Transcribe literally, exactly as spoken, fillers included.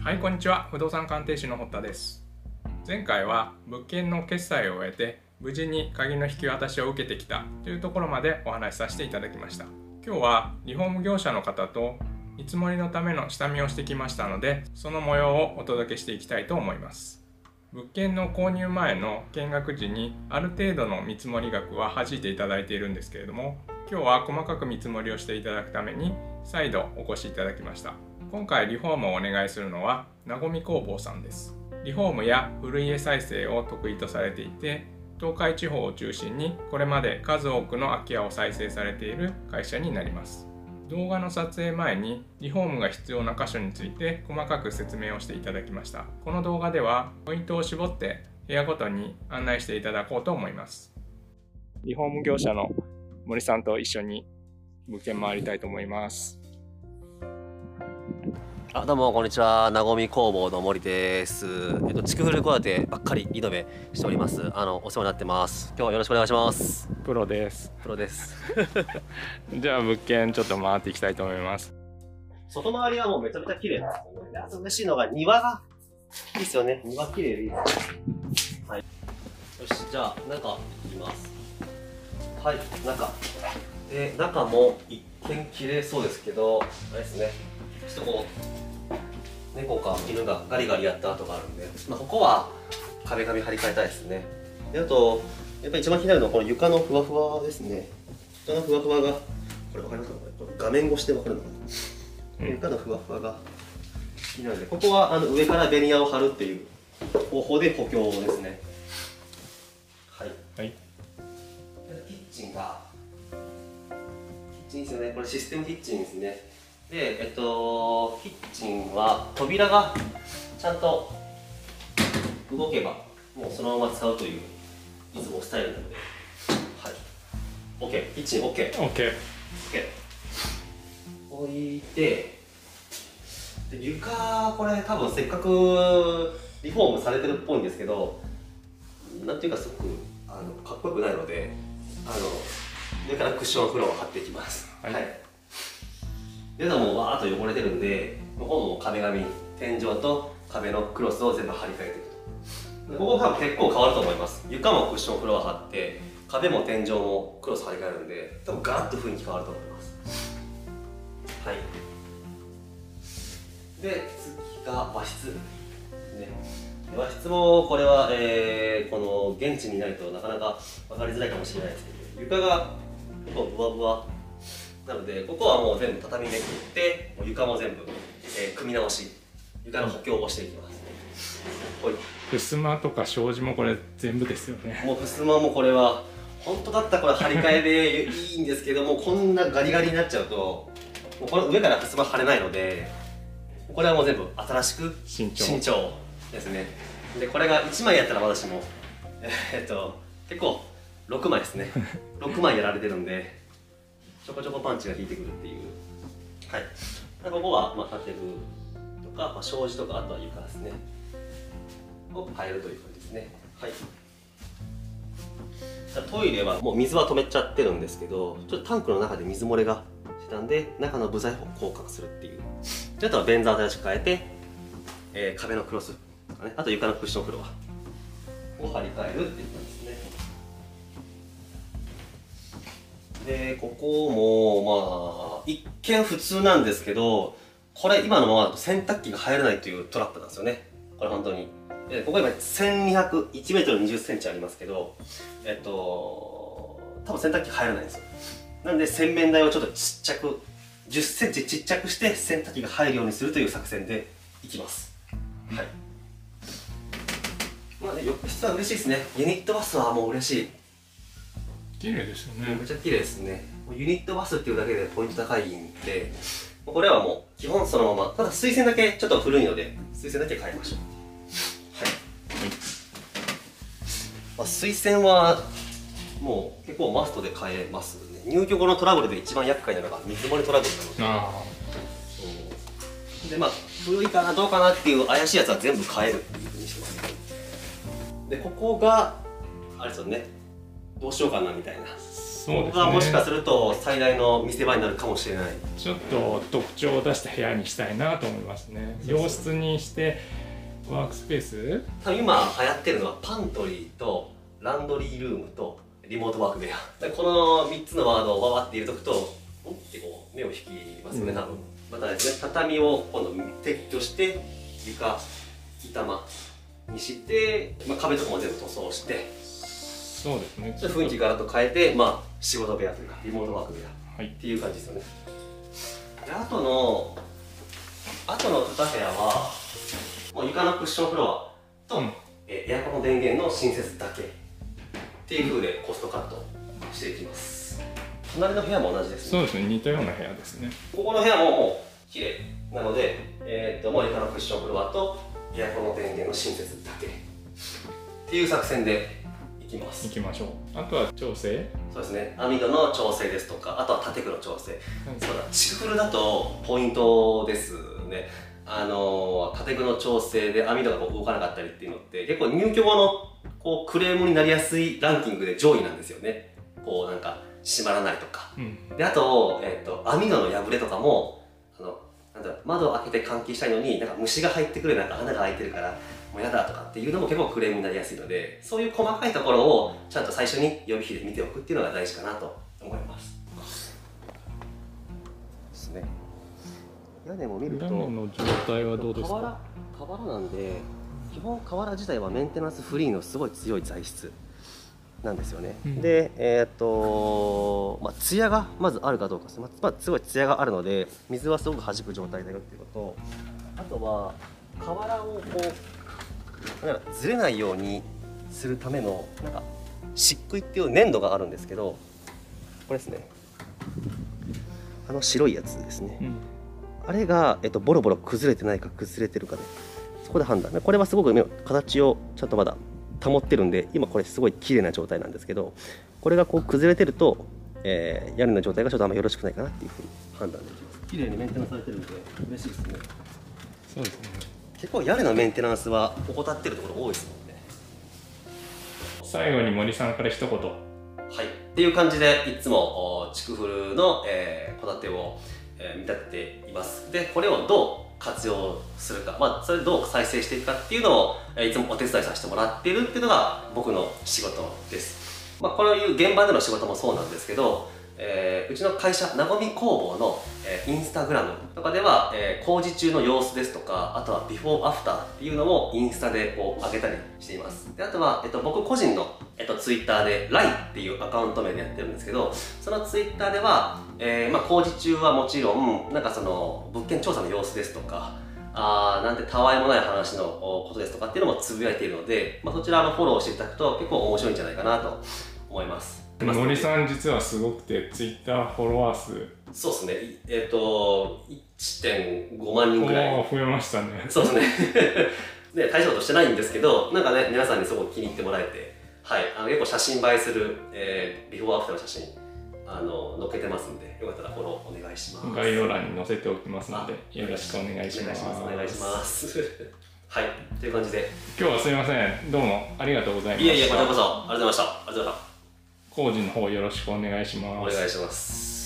はい、こんにちは。不動産鑑定士の堀田です。前回は物件の決済を終えて無事に鍵の引き渡しを受けてきたというところまでお話しさせていただきました。今日はリフォーム業者の方と見積もりのための下見をしてきましたので、その模様をお届けしていきたいと思います。物件の購入前の見学時にある程度の見積もり額は弾いていただいているんですけれども、今日は細かく見積もりをしていただくために再度お越しいただきました。今回リフォームをお願いするのはなごみ工房さんです。リフォームや古家再生を得意とされていて、東海地方を中心にこれまで数多くの空き家を再生されている会社になります。動画の撮影前にリフォームが必要な箇所について細かく説明をしていただきました。この動画ではポイントを絞って部屋ごとに案内していただこうと思います。リフォーム業者の森さんと一緒に物件回りたいと思います。 あ、どうもこんにちは。なごみ工房の森です。えっと築古戸建てばっかりリノベしております。あのお世話になってます。今日はよろしくお願いします。 プロです。 プロです。 じゃあ物件ちょっと回っていきたいと思います。 外回りはもうめちゃめちゃ綺麗なんですよね。あと嬉しいのが庭がいいですよね。庭綺麗でいいです。はい。よし、じゃあ中行きます。はい、中。で中も一見綺麗そうですけど、あれですね。ちょっとこう猫か犬がガリガリやった跡があるんで、まあ、ここは壁紙張り替えたいですね。であとやっぱり一番気になるのはこの床のふわふわですね。床のふわふわがこれ分かりますか？これ画面越しで分かるのかな、うん、床のふわふわが気になるので、ここはあの上からベニヤを貼るっていう方法で補強ですね。はい、はい、キッチンがキッチンですよね。これシステムキッチンですね。で、えっと、キッチンは扉がちゃんと動けばもうそのまま使うといういつもスタイルなので、はい、OK、キッチン OK、 OK、OK。 置いて、で床、これ多分せっかくリフォームされてるっぽいんですけど、なんていうかすごくあのかっこよくないので、あの上からクッションフロアを貼っていきます。はい、はい。でもうわーっと汚れてるんで、ここも壁紙、天井と壁のクロスを全部張り替えていくと。ここ多分結構変わると思います。床もクッションフロア貼って、壁も天井もクロス張り替えるんで、多分ガラッと雰囲気変わると思います。はい。で、次が和室。ね、和室もこれは、えー、この現地にいないとなかなか分かりづらいかもしれないですけど、床が結構ブワブワなので、ここはもう全部畳めくって、もう床も全部、えー、組み直し、床の補強をしていきます。ほい。 襖とか障子もこれ全部ですよね。 もう襖もこれは本当だったらこれ張り替えでいいんですけども、こんなガリガリになっちゃうと、もうこの上から襖張れないので、これはもう全部新しく新調新調ですね。でこれがいちまいやったら私もえー、っと結構ろくまいですね。ろくまいやられてるんで。ちょこちょこパンチが効いてくるっていう。はい。ここは、まあ、建具とか、まあ、障子とか、あとは床ですね。を変えるという感じですね。はい。トイレはもう水は止めちゃってるんですけど、ちょっとタンクの中で水漏れがしてたんで、中の部材を交換するっていう。あとは便座を新しく変えて、えー、壁のクロスとかね、あと床のクッションフロアを張り替えるっていう感じですね。でここもまあ一見普通なんですけど、これ今のままだと洗濯機が入らないというトラップなんですよね。これ本当に。でここ今せんにひゃくいちメートルにじゅっセンチありますけど、えっと多分洗濯機入らないんですよ。なんで洗面台をちょっとちっちゃくじゅっセンチちっちゃくして洗濯機が入るようにするという作戦でいきます。はい。まあね、浴室は嬉しいですね。ユニットバスはもう嬉しい。 綺麗ですよね。 めっちゃ綺麗ですね。ユニットバスっていうだけでポイント高いんで、これはもう基本そのまま。ただ水栓だけちょっと古いので、水栓だけ変えましょう。はい。まあ、水栓はもう結構マストで変えますね。入居後のトラブルで一番厄介なのが水漏れトラブルなので。あー。でまあ古いかなどうかなっていう怪しいやつは全部変えるっていうふうにしてます。でここがあれですよね。どうしようかなみたいな。 そうですね、 ここがもしかすると最大の見せ場になるかもしれない。 ちょっと特徴を出した部屋にしたいなと思いますね。洋室にしてワークスペース、 多分今流行ってるのはパントリーとランドリールームとリモートワーク部屋、このみっつのワードをわわって入れとくとんってこう目を引きますよね、多分。またですね、畳を今度撤去して床板間にして、まあ、壁とかも全部塗装して、 そうですね、 ちょっと雰囲気ガラッと変えて、まあ、仕事部屋というかリモートワーク部屋、 はい、 っていう感じですよね。であとのあとのに部屋はもう床のクッションフロアと、うん、えエアコンの電源の新設だけっていう風でコストカットしていきます。隣の部屋も同じですね。 そうですね、似たような部屋ですね。 ここの部屋ももう綺麗なので、えー、っともう床のクッションフロアとエアコンの電源の新設だけっていう作戦でいきます。 いきましょう。あとは調整、 そうですね、網戸の調整ですとか、あとは建具の調整、はい、そうだ、築古だとポイントですね。あの建具の調整で網戸がこう動かなかったりっていうのって結構入居後のこうクレームになりやすいランキングで上位なんですよね。こうなんか閉まらないとか、うん、であと、えー、と網戸の破れとかも、あのなんだろう、窓を開けて換気したいのになんか虫が入ってくる、なんか穴が開いてるからもうやだとかっていうのも結構クレームになりやすいので、そういう細かいところをちゃんと最初に予備費で見ておくっていうのが大事かなと思います。ですね。屋根も見ると、 屋根の状態はどうですか？ 瓦、瓦なんで、基本瓦自体はメンテナンスフリーのすごい強い材質なんですよね。うん、で、えっ、ー、とまあ艶がまずあるかどうかです。まあ、すごい艶があるので水はすごく弾く状態だよっていうことと、あとは瓦をこうなんかずれないようにするためのなんか漆喰っていう粘土があるんですけど、これですね、あの白いやつですね。うん、あれが、えっと、ボロボロ崩れてないか崩れてるかで、そこで判断。これはすごく形をちゃんとまだ保ってるんで、今これすごい綺麗な状態なんですけど、これがこう崩れてると、えー、屋根の状態がちょっとあんまよろしくないかなっていうふうに判断できます。綺麗にメンテナンスされてるんで嬉しいですね。 そうですね。 結構屋根のメンテナンスは怠ってるところ多いですもんね。 最後に森さんから一言。 はい、っていう感じでいつも築古の戸、えー、建てを見立てています。でこれをどう活用するか、まあ、それでどう再生していくかっていうのをいつもお手伝いさせてもらっているっていうのが僕の仕事です。まあ、こういう現場での仕事もそうなんですけど、えー、うちの会社なごみ工房の、えー、インスタグラムとかでは、えー、工事中の様子ですとか、あとはビフォーアフターっていうのもインスタでこう上げたりしています。であとは、えっと、僕個人の、えっと、ツイッターで ライン っていうアカウント名でやってるんですけど、そのツイッターでは、えーまあ、工事中はもちろんなんかその物件調査の様子ですとか、あーなんてたわいもない話のことですとかっていうのもつぶやいているので、まあ、そちらのフォローしていただくと結構面白いんじゃないかなと思います。 森さん実はすごくてツイッターフォロワー数、 そうですね、えっ、ー、と いってんごまんにんぐらい増えましたね。 そうですねで大したことしてないんですけど、なんかね皆さんにすごく気に入ってもらえて、はい、あの結構写真映えする、えー、ビフォーアフターの写真あの載っけてますんで、よかったらフォローお願いします。 概要欄に載せておきますのでよろしくお願いします。 お願いしますはい、という感じで今日はすみません、どうもありがとうございました。 いえいえ、こちらこそありがとうございました。ありがとうございました。 工事の方よろしくお願いします。 お願いします。